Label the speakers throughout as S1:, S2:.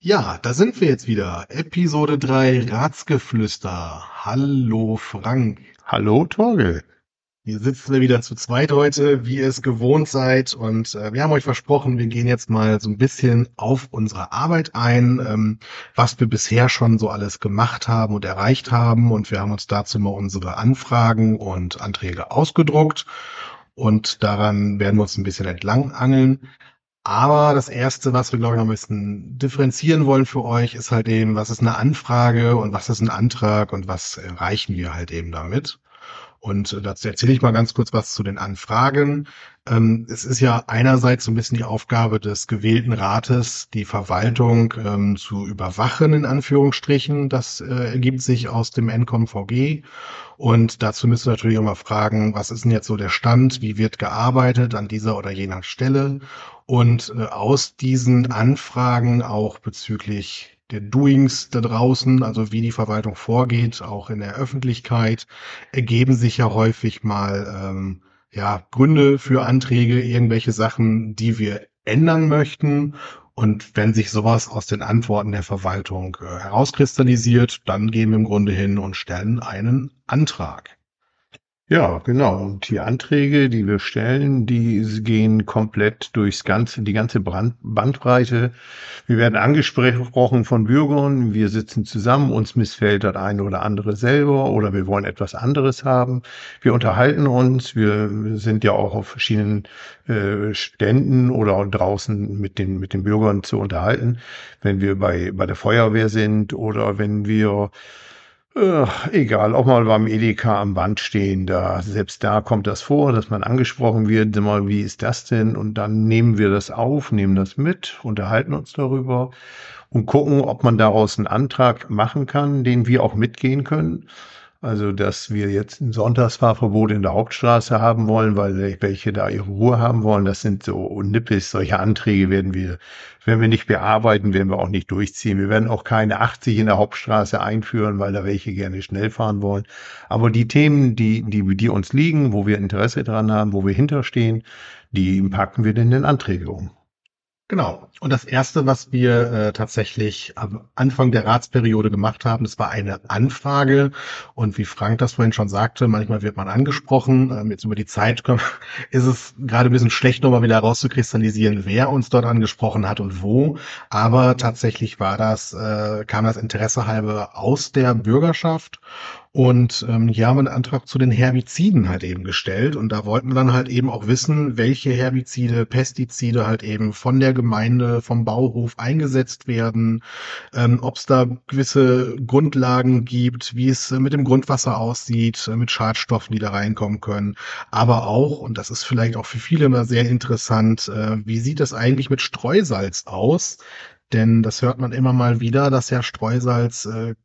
S1: Ja, da sind wir jetzt wieder. Episode 3 Ratsgeflüster. Hallo Frank.
S2: Hallo Torgel.
S1: Hier sitzen wir wieder zu zweit heute, wie ihr es gewohnt seid. Und wir haben euch versprochen, wir gehen jetzt mal so ein bisschen auf unsere Arbeit ein, was wir bisher schon so alles gemacht haben und erreicht haben. Und wir haben uns dazu mal unsere Anfragen und Anträge ausgedruckt. Und daran werden wir uns ein bisschen entlang angeln. Aber das Erste, was wir, glaube ich, noch ein bisschen differenzieren wollen für euch, ist halt eben, was ist eine Anfrage und was ist ein Antrag und was erreichen wir halt eben damit. Und dazu erzähle ich mal ganz kurz was zu den Anfragen. Es ist ja einerseits so ein bisschen die Aufgabe des gewählten Rates, die Verwaltung zu überwachen, in Anführungsstrichen. Das ergibt sich aus dem NCOM-VG. Und dazu müsst ihr natürlich auch mal fragen, was ist denn jetzt so der Stand? Wie wird gearbeitet an dieser oder jener Stelle? Und aus diesen Anfragen auch bezüglich der Doings da draußen, also wie die Verwaltung vorgeht, auch in der Öffentlichkeit, ergeben sich ja häufig mal ja, Gründe für Anträge, irgendwelche Sachen, die wir ändern möchten. Und wenn sich sowas aus den Antworten der Verwaltung herauskristallisiert, dann gehen wir im Grunde hin und stellen einen Antrag.
S2: Ja, genau. Und die Anträge, die wir stellen, die gehen komplett die ganze Bandbreite. Wir werden angesprochen von Bürgern. Wir sitzen zusammen. Uns missfällt das eine oder andere selber oder wir wollen etwas anderes haben. Wir unterhalten uns. Wir sind ja auch auf verschiedenen Ständen oder draußen mit den Bürgern zu unterhalten. Wenn wir bei der Feuerwehr sind oder wenn wir egal, auch mal beim Edeka am Band stehen, selbst da kommt das vor, dass man angesprochen wird, sag mal, wie ist das denn? Und dann nehmen wir das auf, nehmen das mit, unterhalten uns darüber und gucken, ob man daraus einen Antrag machen kann, den wir auch mitgehen können. Also, dass wir jetzt ein Sonntagsfahrverbot in der Hauptstraße haben wollen, weil welche da ihre Ruhe haben wollen, das sind so Nippes, solche Anträge werden wir nicht bearbeiten, werden wir auch nicht durchziehen. Wir werden auch keine 80 in der Hauptstraße einführen, weil da welche gerne schnell fahren wollen. Aber die Themen, die uns liegen, wo wir Interesse dran haben, wo wir hinterstehen, die packen wir in den Anträge um.
S1: Genau. Und das Erste, was wir tatsächlich am Anfang der Ratsperiode gemacht haben, das war eine Anfrage. Und wie Frank das vorhin schon sagte, manchmal wird man angesprochen. Jetzt über die Zeit ist es gerade ein bisschen schlecht, nochmal wieder herauszukristallisieren, wer uns dort angesprochen hat und wo. Aber tatsächlich kam das Interesse halber aus der Bürgerschaft. Und hier haben wir einen Antrag zu den Herbiziden halt eben gestellt. Und da wollten wir dann halt eben auch wissen, welche Herbizide, Pestizide halt eben von der Gemeinde, vom Bauhof eingesetzt werden, ob es da gewisse Grundlagen gibt, wie es mit dem Grundwasser aussieht, mit Schadstoffen, die da reinkommen können. Aber auch, und das ist vielleicht auch für viele immer sehr interessant, wie sieht es eigentlich mit Streusalz aus? Denn das hört man immer mal wieder, dass ja Streusalz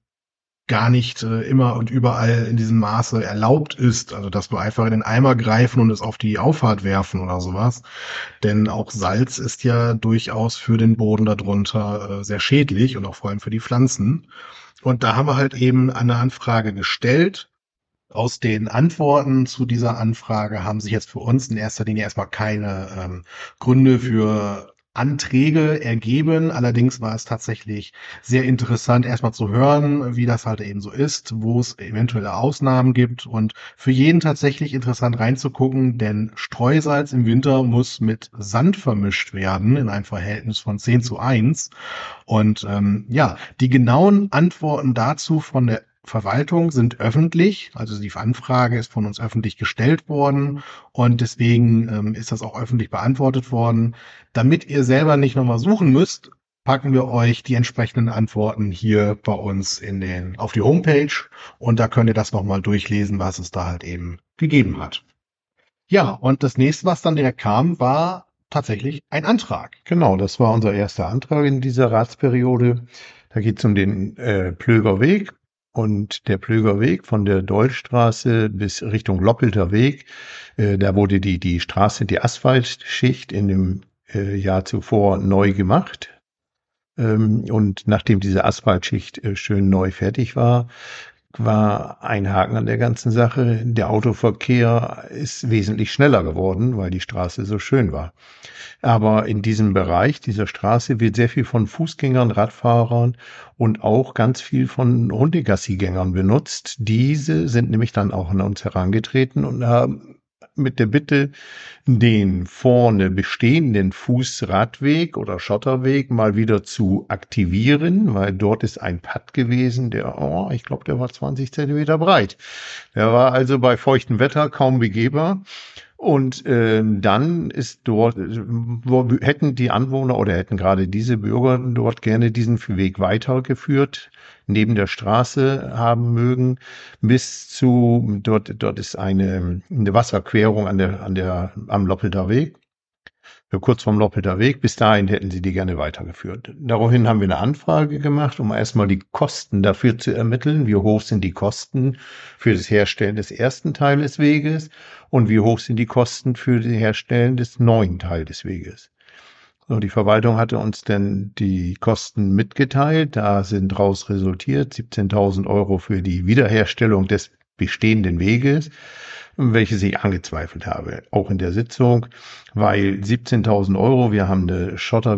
S1: gar nicht immer und überall in diesem Maße erlaubt ist. Also dass wir einfach in den Eimer greifen und es auf die Auffahrt werfen oder sowas. Denn auch Salz ist ja durchaus für den Boden darunter sehr schädlich und auch vor allem für die Pflanzen. Und da haben wir halt eben eine Anfrage gestellt. Aus den Antworten zu dieser Anfrage haben sich jetzt für uns in erster Linie erstmal keine Gründe für Anträge ergeben. Allerdings war es tatsächlich sehr interessant, erstmal zu hören, wie das halt eben so ist, wo es eventuelle Ausnahmen gibt und für jeden tatsächlich interessant reinzugucken, denn Streusalz im Winter muss mit Sand vermischt werden in einem Verhältnis von 10:1. Und ja, die genauen Antworten dazu von der Verwaltung sind öffentlich, also die Anfrage ist von uns öffentlich gestellt worden und deswegen ist das auch öffentlich beantwortet worden. Damit ihr selber nicht nochmal suchen müsst, packen wir euch die entsprechenden Antworten hier bei uns auf die Homepage und da könnt ihr das nochmal durchlesen, was es da halt eben gegeben hat. Ja, und das nächste, was dann direkt kam, war tatsächlich ein Antrag.
S2: Genau, das war unser erster Antrag in dieser Ratsperiode. Da geht es um den Plöger und der Plöger von der Dollstraße bis Richtung Loppelter Weg. Da wurde die Straße, die Asphaltschicht in dem Jahr zuvor neu gemacht. Und nachdem diese Asphaltschicht schön neu fertig war, war ein Haken an der ganzen Sache. Der Autoverkehr ist wesentlich schneller geworden, weil die Straße so schön war. Aber in diesem Bereich, dieser Straße, wird sehr viel von Fußgängern, Radfahrern und auch ganz viel von Hundegassigängern benutzt. Diese sind nämlich dann auch an uns herangetreten und haben mit der Bitte, den vorne bestehenden Fußradweg oder Schotterweg mal wieder zu aktivieren, weil dort ist ein Pad gewesen, ich glaube, der war 20 Zentimeter breit. Der war also bei feuchtem Wetter kaum begehbar. Und dann ist dort, hätten die Anwohner oder hätten gerade diese Bürger dort gerne diesen Weg weitergeführt, neben der Straße haben mögen, bis zu, dort ist eine Wasserquerung am Loppelter Weg. Kurz vorm Loppelter Weg. Bis dahin hätten sie die gerne weitergeführt. Daraufhin haben wir eine Anfrage gemacht, um erstmal die Kosten dafür zu ermitteln. Wie hoch sind die Kosten für das Herstellen des ersten Teils des Weges und wie hoch sind die Kosten für das Herstellen des neuen Teils des Weges? So, die Verwaltung hatte uns dann die Kosten mitgeteilt. Da sind daraus resultiert 17.000 Euro für die Wiederherstellung des bestehenden Weges, welches ich angezweifelt habe, auch in der Sitzung, weil 17.000 Euro, wir haben eine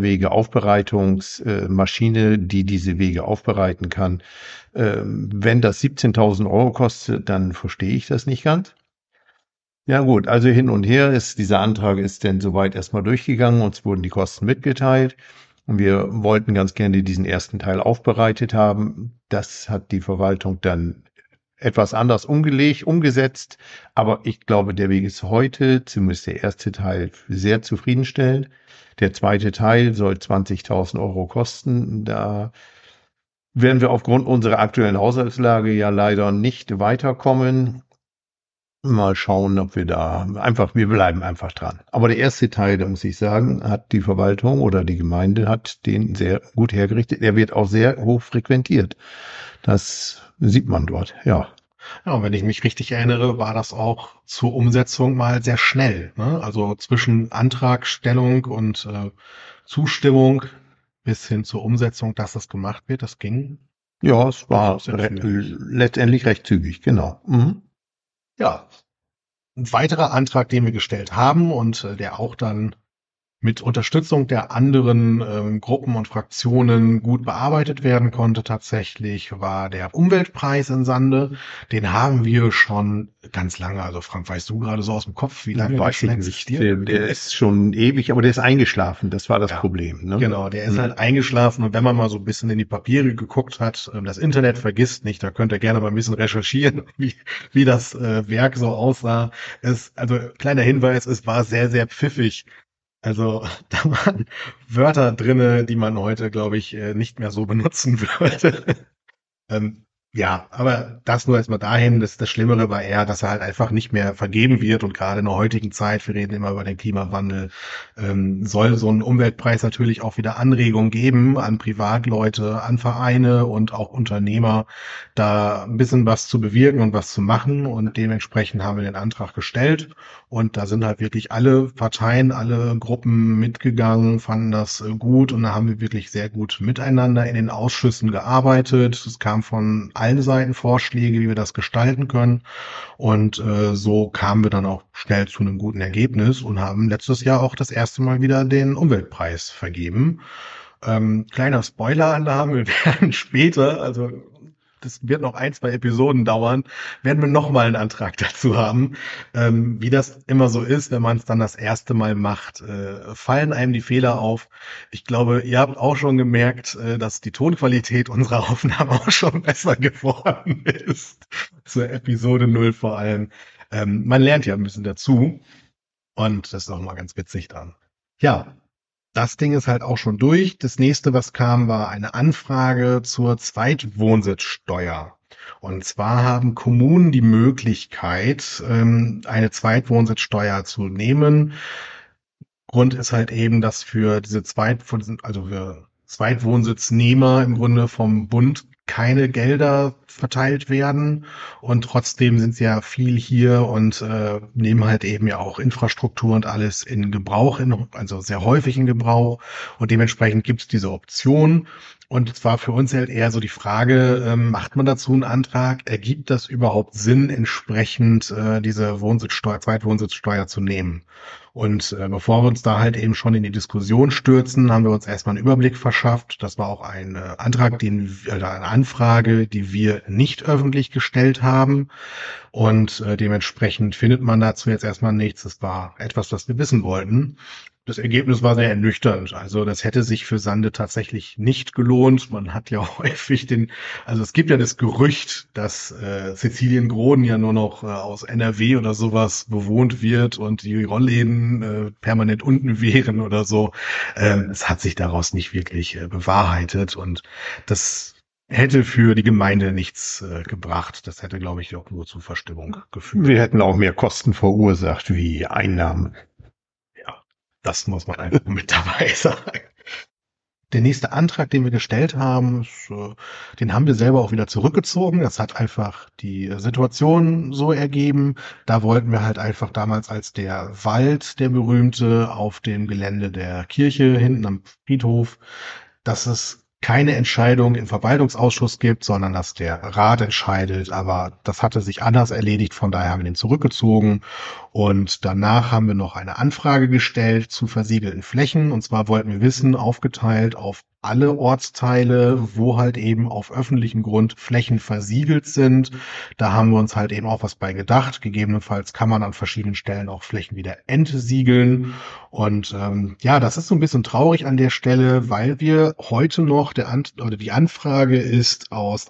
S2: Schotterwege-Aufbereitungsmaschine, die diese Wege aufbereiten kann. Wenn das 17.000 Euro kostet, dann verstehe ich das nicht ganz. Ja gut, also hin und her dieser Antrag ist denn soweit erstmal durchgegangen, uns wurden die Kosten mitgeteilt und wir wollten ganz gerne diesen ersten Teil aufbereitet haben. Das hat die Verwaltung dann etwas anders umgesetzt, aber ich glaube, der Weg ist heute, zumindest der erste Teil, sehr zufriedenstellend. Der zweite Teil soll 20.000 Euro kosten. Da werden wir aufgrund unserer aktuellen Haushaltslage ja leider nicht weiterkommen. Mal schauen, ob wir wir bleiben einfach dran. Aber der erste Teil, da muss ich sagen, hat die Verwaltung oder die Gemeinde hat den sehr gut hergerichtet. Er wird auch sehr hoch frequentiert. Das sieht man dort, ja.
S1: Ja, und wenn ich mich richtig erinnere, war das auch zur Umsetzung mal sehr schnell, ne? Also zwischen Antragstellung und Zustimmung bis hin zur Umsetzung, dass das gemacht wird, das ging.
S2: Ja, es war letztendlich recht zügig, genau. Mhm.
S1: Ja, ein weiterer Antrag, den wir gestellt haben und der auch dann mit Unterstützung der anderen Gruppen und Fraktionen gut bearbeitet werden konnte tatsächlich, war der Umweltpreis in Sande. Den haben wir schon ganz lange. Also Frank, weißt du gerade so aus dem Kopf, wie lange
S2: weiß ich nicht. Der ist schon ewig, aber der ist eingeschlafen. Das war das Problem. Ne?
S1: Genau, der ist halt eingeschlafen. Und wenn man mal so ein bisschen in die Papiere geguckt hat, das Internet vergisst nicht, da könnt ihr gerne mal ein bisschen recherchieren, wie das Werk so aussah. Also kleiner Hinweis, es war sehr, sehr pfiffig. Also da waren Wörter drinne, die man heute, glaube ich, nicht mehr so benutzen würde. Ja, aber das nur erstmal dahin. Das Schlimmere war eher, dass er halt einfach nicht mehr vergeben wird. Und gerade in der heutigen Zeit, wir reden immer über den Klimawandel, soll so ein Umweltpreis natürlich auch wieder Anregung geben an Privatleute, an Vereine und auch Unternehmer, da ein bisschen was zu bewirken und was zu machen. Und dementsprechend haben wir den Antrag gestellt. Und da sind halt wirklich alle Parteien, alle Gruppen mitgegangen, fanden das gut. Und da haben wir wirklich sehr gut miteinander in den Ausschüssen gearbeitet. Es kam von allen Seiten Vorschläge, wie wir das gestalten können. Und so kamen wir dann auch schnell zu einem guten Ergebnis und haben letztes Jahr auch das erste Mal wieder den Umweltpreis vergeben. Kleiner Spoiler-Alarm, wir werden später, also das wird noch 1, 2 Episoden dauern, werden wir nochmal einen Antrag dazu haben. Wie das immer so ist, wenn man es dann das erste Mal macht, fallen einem die Fehler auf. Ich glaube, ihr habt auch schon gemerkt, dass die Tonqualität unserer Aufnahme auch schon besser geworden ist. Zur Episode 0 vor allem. Man lernt ja ein bisschen dazu. Und das ist auch mal ganz witzig dran. Ja, das Ding ist halt auch schon durch. Das nächste, was kam, war eine Anfrage zur Zweitwohnsitzsteuer. Und zwar haben Kommunen die Möglichkeit, eine Zweitwohnsitzsteuer zu nehmen. Grund ist halt eben, dass für für Zweitwohnsitznehmer im Grunde vom Bund keine Gelder verteilt werden und trotzdem sind sie ja viel hier und nehmen halt eben ja auch Infrastruktur und alles in Gebrauch, also sehr häufig in Gebrauch und dementsprechend gibt's diese Option Und es war für uns halt eher so die Frage, macht man dazu einen Antrag? Ergibt das überhaupt Sinn, entsprechend diese Wohnsitzsteuer, Zweitwohnsitzsteuer zu nehmen? Und bevor wir uns da halt eben schon in die Diskussion stürzen, haben wir uns erstmal einen Überblick verschafft. Das war auch ein Antrag, oder eine Anfrage, die wir nicht öffentlich gestellt haben. Und dementsprechend findet man dazu jetzt erstmal nichts. Das war etwas, was wir wissen wollten. Das Ergebnis war sehr ernüchternd. Also das hätte sich für Sande tatsächlich nicht gelohnt. Man hat ja häufig also es gibt ja das Gerücht, dass Sizilien-Groden ja nur noch aus NRW oder sowas bewohnt wird und die Rollläden permanent unten wären oder so. Es hat sich daraus nicht wirklich bewahrheitet und das hätte für die Gemeinde nichts gebracht. Das hätte, glaube ich, auch nur zu Verstimmung geführt.
S2: Wir hätten auch mehr Kosten verursacht wie Einnahmen.
S1: Ja, das muss man einfach mit dabei sagen. Der nächste Antrag, den wir gestellt haben, den haben wir selber auch wieder zurückgezogen. Das hat einfach die Situation so ergeben. Da wollten wir halt einfach damals, als der Wald, der berühmte, auf dem Gelände der Kirche hinten am Friedhof, dass es keine Entscheidung im Verwaltungsausschuss gibt, sondern dass der Rat entscheidet. Aber das hatte sich anders erledigt, von daher haben wir den zurückgezogen. Und danach haben wir noch eine Anfrage gestellt zu versiegelten Flächen. Und zwar wollten wir wissen, aufgeteilt auf alle Ortsteile, wo halt eben auf öffentlichem Grund Flächen versiegelt sind. Da haben wir uns halt eben auch was bei gedacht. Gegebenenfalls kann man an verschiedenen Stellen auch Flächen wieder entsiegeln. Und ja, das ist so ein bisschen traurig an der Stelle, weil wir heute noch die Anfrage ist aus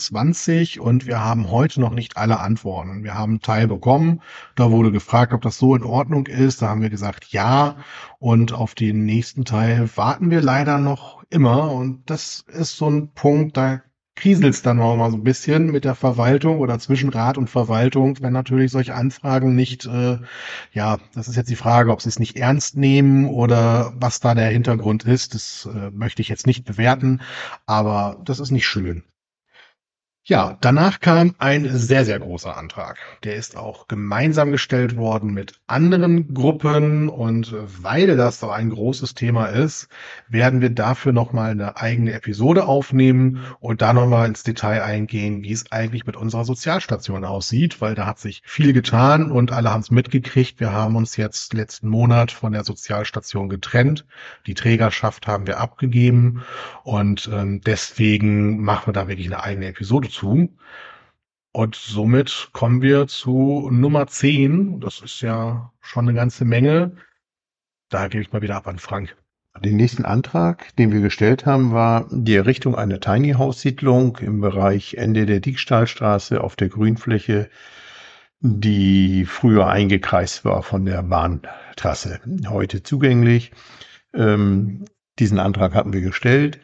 S1: 21 und wir haben heute noch nicht alle Antworten. Wir haben einen Teil bekommen. Da wurde gefragt, ob das so in Ordnung ist. Da haben wir gesagt, ja. Und auf den nächsten Teil warten wir leider noch immer. Und das ist so ein Punkt, da kriselt es dann auch mal so ein bisschen mit der Verwaltung oder zwischen Rat und Verwaltung, wenn natürlich solche Anfragen nicht, ja, das ist jetzt die Frage, ob sie es nicht ernst nehmen oder was da der Hintergrund ist. Das möchte ich jetzt nicht bewerten, aber das ist nicht schön. Ja, danach kam ein sehr, sehr großer Antrag. Der ist auch gemeinsam gestellt worden mit anderen Gruppen und weil das so ein großes Thema ist, werden wir dafür nochmal eine eigene Episode aufnehmen und da nochmal ins Detail eingehen, wie es eigentlich mit unserer Sozialstation aussieht, weil da hat sich viel getan und alle haben es mitgekriegt. Wir haben uns jetzt letzten Monat von der Sozialstation getrennt. Die Trägerschaft haben wir abgegeben und deswegen machen wir da wirklich eine eigene Episode zu. Und somit kommen wir zu Nummer 10. Das ist ja schon eine ganze Menge. Da gebe ich mal wieder ab an Frank.
S2: Den nächsten Antrag, den wir gestellt haben, war die Errichtung einer Tiny House Siedlung im Bereich Ende der Diekstahlstraße auf der Grünfläche, die früher eingekreist war von der Bahntrasse, heute zugänglich. Diesen Antrag hatten wir gestellt.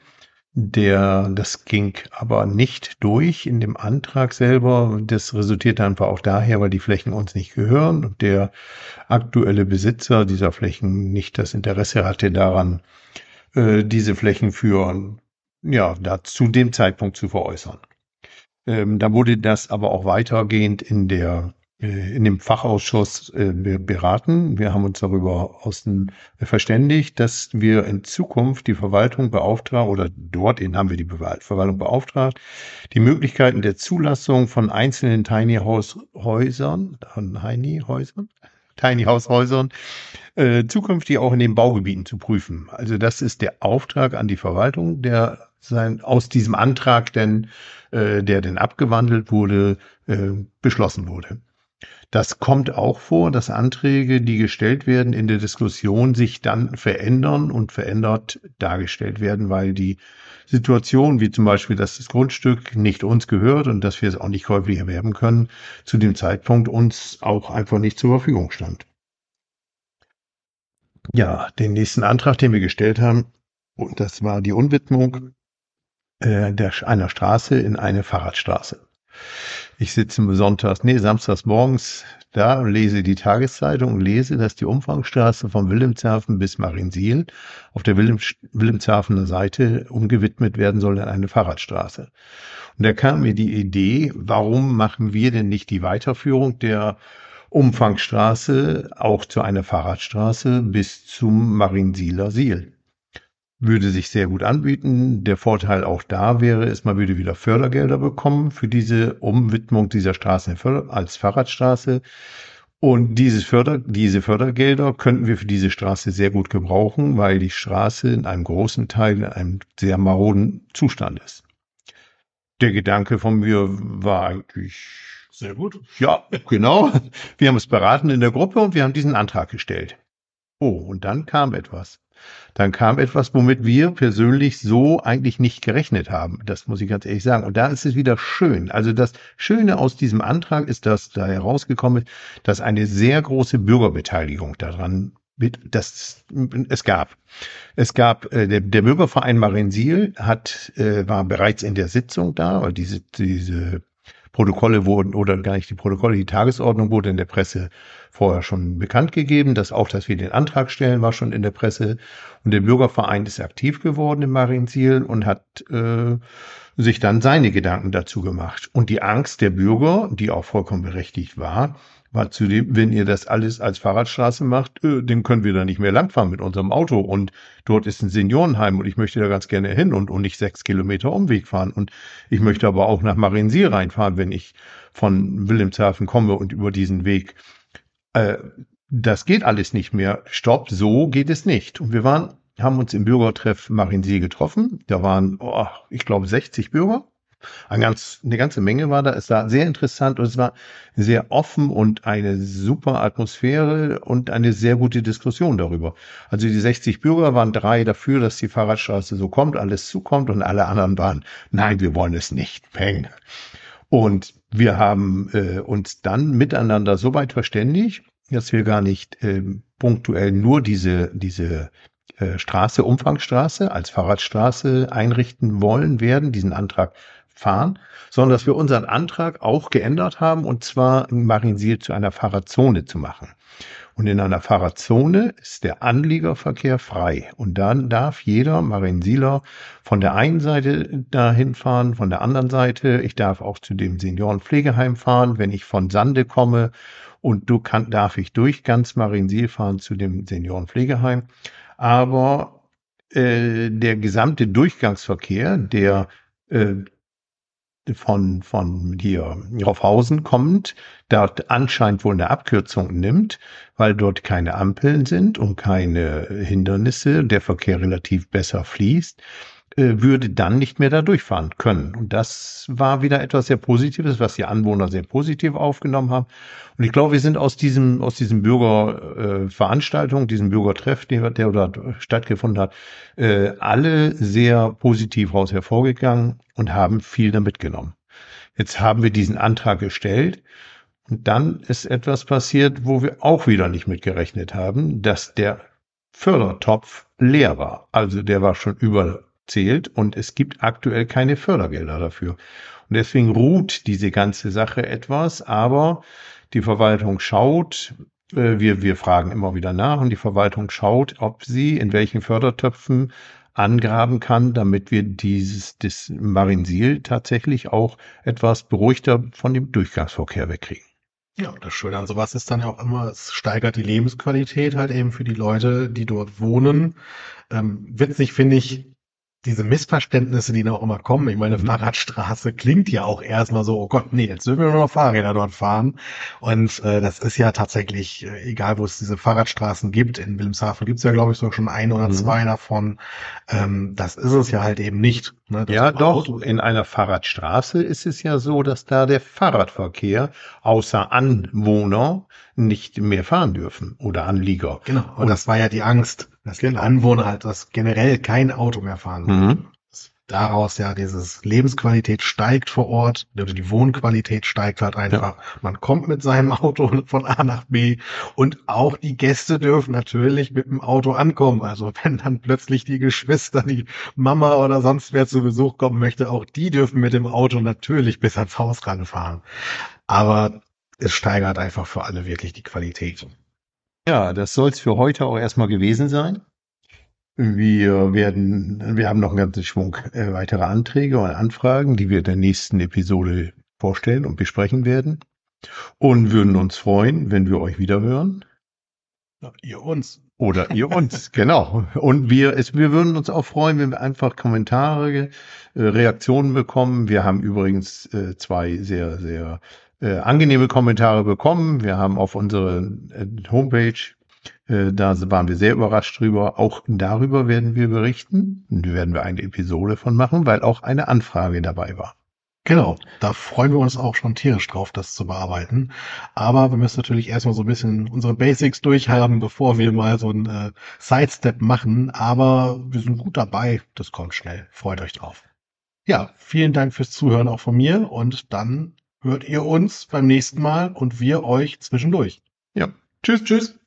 S2: Das ging aber nicht durch in dem Antrag selber. Das resultierte einfach auch daher, weil die Flächen uns nicht gehören und der aktuelle Besitzer dieser Flächen nicht das Interesse hatte daran, diese Flächen da zu dem Zeitpunkt zu veräußern. Da wurde das aber auch weitergehend in dem Fachausschuss beraten. Wir haben uns darüber verständigt, dass wir in Zukunft die Verwaltung beauftragen, oder dorthin haben wir die Verwaltung beauftragt, die Möglichkeiten der Zulassung von einzelnen Tiny House Häusern zukünftig auch in den Baugebieten zu prüfen. Also das ist der Auftrag an die Verwaltung, der aus diesem Antrag der denn abgewandelt wurde, beschlossen wurde. Das kommt auch vor, dass Anträge, die gestellt werden, in der Diskussion sich dann verändern und verändert dargestellt werden, weil die Situation, wie zum Beispiel, dass das Grundstück nicht uns gehört und dass wir es auch nicht käuflich erwerben können, zu dem Zeitpunkt uns auch einfach nicht zur Verfügung stand. Ja, den nächsten Antrag, den wir gestellt haben, und das war die Umwidmung einer Straße in eine Fahrradstraße. Ich sitze samstags morgens da und lese die Tageszeitung und lese, dass die Umfangsstraße von Wilhelmshaven bis Mariensiel auf der Wilhelmshavener Seite umgewidmet werden soll in eine Fahrradstraße. Und da kam mir die Idee, warum machen wir denn nicht die Weiterführung der Umfangsstraße auch zu einer Fahrradstraße bis zum Mariensieler Siel? würde sich sehr gut anbieten. Der Vorteil auch da wäre, ist, man würde wieder Fördergelder bekommen für diese Umwidmung dieser Straße als Fahrradstraße. Und diese Fördergelder könnten wir für diese Straße sehr gut gebrauchen, weil die Straße in einem großen Teil in einem sehr maroden Zustand ist. Der Gedanke von mir war eigentlich
S1: Sehr gut.
S2: ja, genau. Wir haben es beraten in der Gruppe und wir haben diesen Antrag gestellt. Oh, und dann kam etwas. Dann kam etwas, womit wir persönlich so eigentlich nicht gerechnet haben. Das muss ich ganz ehrlich sagen. Und da ist es wieder schön. Also das Schöne aus diesem Antrag ist, dass da herausgekommen ist, dass eine sehr große Bürgerbeteiligung daran es gab. Der Bürgerverein Mariensiel war bereits in der Sitzung da, weil diese Protokolle wurden, oder gar nicht die Protokolle, die Tagesordnung wurde in der Presse vorher schon bekannt gegeben. Dass wir den Antrag stellen, war schon in der Presse. Und der Bürgerverein ist aktiv geworden in Mariensiel und hat sich dann seine Gedanken dazu gemacht. Und die Angst der Bürger, die auch vollkommen berechtigt war zudem, wenn ihr das alles als Fahrradstraße macht, dann können wir da nicht mehr langfahren mit unserem Auto. Und dort ist ein Seniorenheim und ich möchte da ganz gerne hin und nicht 6 Kilometer Umweg fahren. Und ich möchte aber auch nach Mariensiel reinfahren, wenn ich von Wilhelmshaven komme und über diesen Weg. Das geht alles nicht mehr. Stopp, so geht es nicht. Und wir haben uns im Bürgertreff Mariensiel getroffen. Da waren, ich glaube, 60 Bürger. Eine ganze Menge war da. Es war sehr interessant und es war sehr offen und eine super Atmosphäre und eine sehr gute Diskussion darüber. Also die 60 Bürger waren 3 dafür, dass die Fahrradstraße so kommt, alles zukommt, und alle anderen waren, nein, wir wollen es nicht. Peng. Und wir haben uns dann miteinander so weit verständigt, dass wir gar nicht punktuell nur diese Umfangsstraße als Fahrradstraße einrichten diesen Antrag fahren, sondern dass wir unseren Antrag auch geändert haben, und zwar Mariensiel zu einer Fahrradzone zu machen. Und in einer Fahrradzone ist der Anliegerverkehr frei. Und dann darf jeder Mariensieler von der einen Seite dahin fahren, von der anderen Seite. Ich darf auch zu dem Seniorenpflegeheim fahren, wenn ich von Sande komme. Und darf ich durch ganz Mariensiel fahren zu dem Seniorenpflegeheim. Aber der gesamte Durchgangsverkehr, der von hier Raufhausen kommt, dort anscheinend wohl eine Abkürzung nimmt, weil dort keine Ampeln sind und keine Hindernisse, der Verkehr relativ besser fließt, würde dann nicht mehr da durchfahren können. Und das war wieder etwas sehr Positives, was die Anwohner sehr positiv aufgenommen haben. Und ich glaube, wir sind aus diesem Bürgerveranstaltung, diesem Bürgertreff, der dort stattgefunden hat, alle sehr positiv raus hervorgegangen und haben viel damit genommen. Jetzt haben wir diesen Antrag gestellt und dann ist etwas passiert, wo wir auch wieder nicht mit gerechnet haben, dass der Fördertopf leer war. Also der war schon überzählt und es gibt aktuell keine Fördergelder dafür. Und deswegen ruht diese ganze Sache etwas, aber die Verwaltung schaut, wir fragen immer wieder nach, und die Verwaltung schaut, ob sie in welchen Fördertöpfen angraben kann, damit wir das Mariensiel tatsächlich auch etwas beruhigter von dem Durchgangsverkehr wegkriegen.
S1: Ja, das Schöne an sowas ist dann ja auch immer, es steigert die Lebensqualität halt eben für die Leute, die dort wohnen. Witzig finde ich diese Missverständnisse, die da auch immer kommen. Ich meine, Fahrradstraße klingt ja auch erstmal so, oh Gott, nee, jetzt dürfen wir nur noch Fahrräder dort fahren. Und das ist ja tatsächlich, egal wo es diese Fahrradstraßen gibt, in Wilhelmshaven gibt es ja, glaube ich, so schon 1 oder 2 davon. Das ist es ja halt eben nicht. Ne?
S2: Ja, doch, in einer Fahrradstraße ist es ja so, dass da der Fahrradverkehr außer Anwohner nicht mehr fahren dürfen oder Anlieger.
S1: Genau, und das war ja die Angst, dass die Anwohner halt das generell kein Auto mehr fahren dürfen. Daraus ja dieses Lebensqualität steigt vor Ort, oder die Wohnqualität steigt halt einfach. Ja. Man kommt mit seinem Auto von A nach B und auch die Gäste dürfen natürlich mit dem Auto ankommen. Also wenn dann plötzlich die Geschwister, die Mama oder sonst wer zu Besuch kommen möchte, auch die dürfen mit dem Auto natürlich bis ans Haus ranfahren. Aber es steigert einfach für alle wirklich die Qualität.
S2: Ja, das soll es für heute auch erstmal gewesen sein. Wir haben noch einen ganzen Schwung weitere Anträge und Anfragen, die wir in der nächsten Episode vorstellen und besprechen werden. Und würden uns freuen, wenn wir euch wieder hören.
S1: Ja, ihr uns.
S2: Oder ihr uns, genau. Und wir würden uns auch freuen, wenn wir einfach Kommentare, Reaktionen bekommen. Wir haben übrigens 2 sehr, sehr angenehme Kommentare bekommen. Wir haben auf unserer Homepage, da waren wir sehr überrascht drüber. Auch darüber werden wir berichten. Und da werden wir eine Episode von machen, weil auch eine Anfrage dabei war.
S1: Genau, da freuen wir uns auch schon tierisch drauf, das zu bearbeiten. Aber wir müssen natürlich erstmal so ein bisschen unsere Basics durchhaben, bevor wir mal so einen Sidestep machen. Aber wir sind gut dabei, das kommt schnell. Freut euch drauf. Ja, vielen Dank fürs Zuhören auch von mir und dann hört ihr uns beim nächsten Mal und wir euch zwischendurch.
S2: Ja, tschüss.
S1: Tschüss.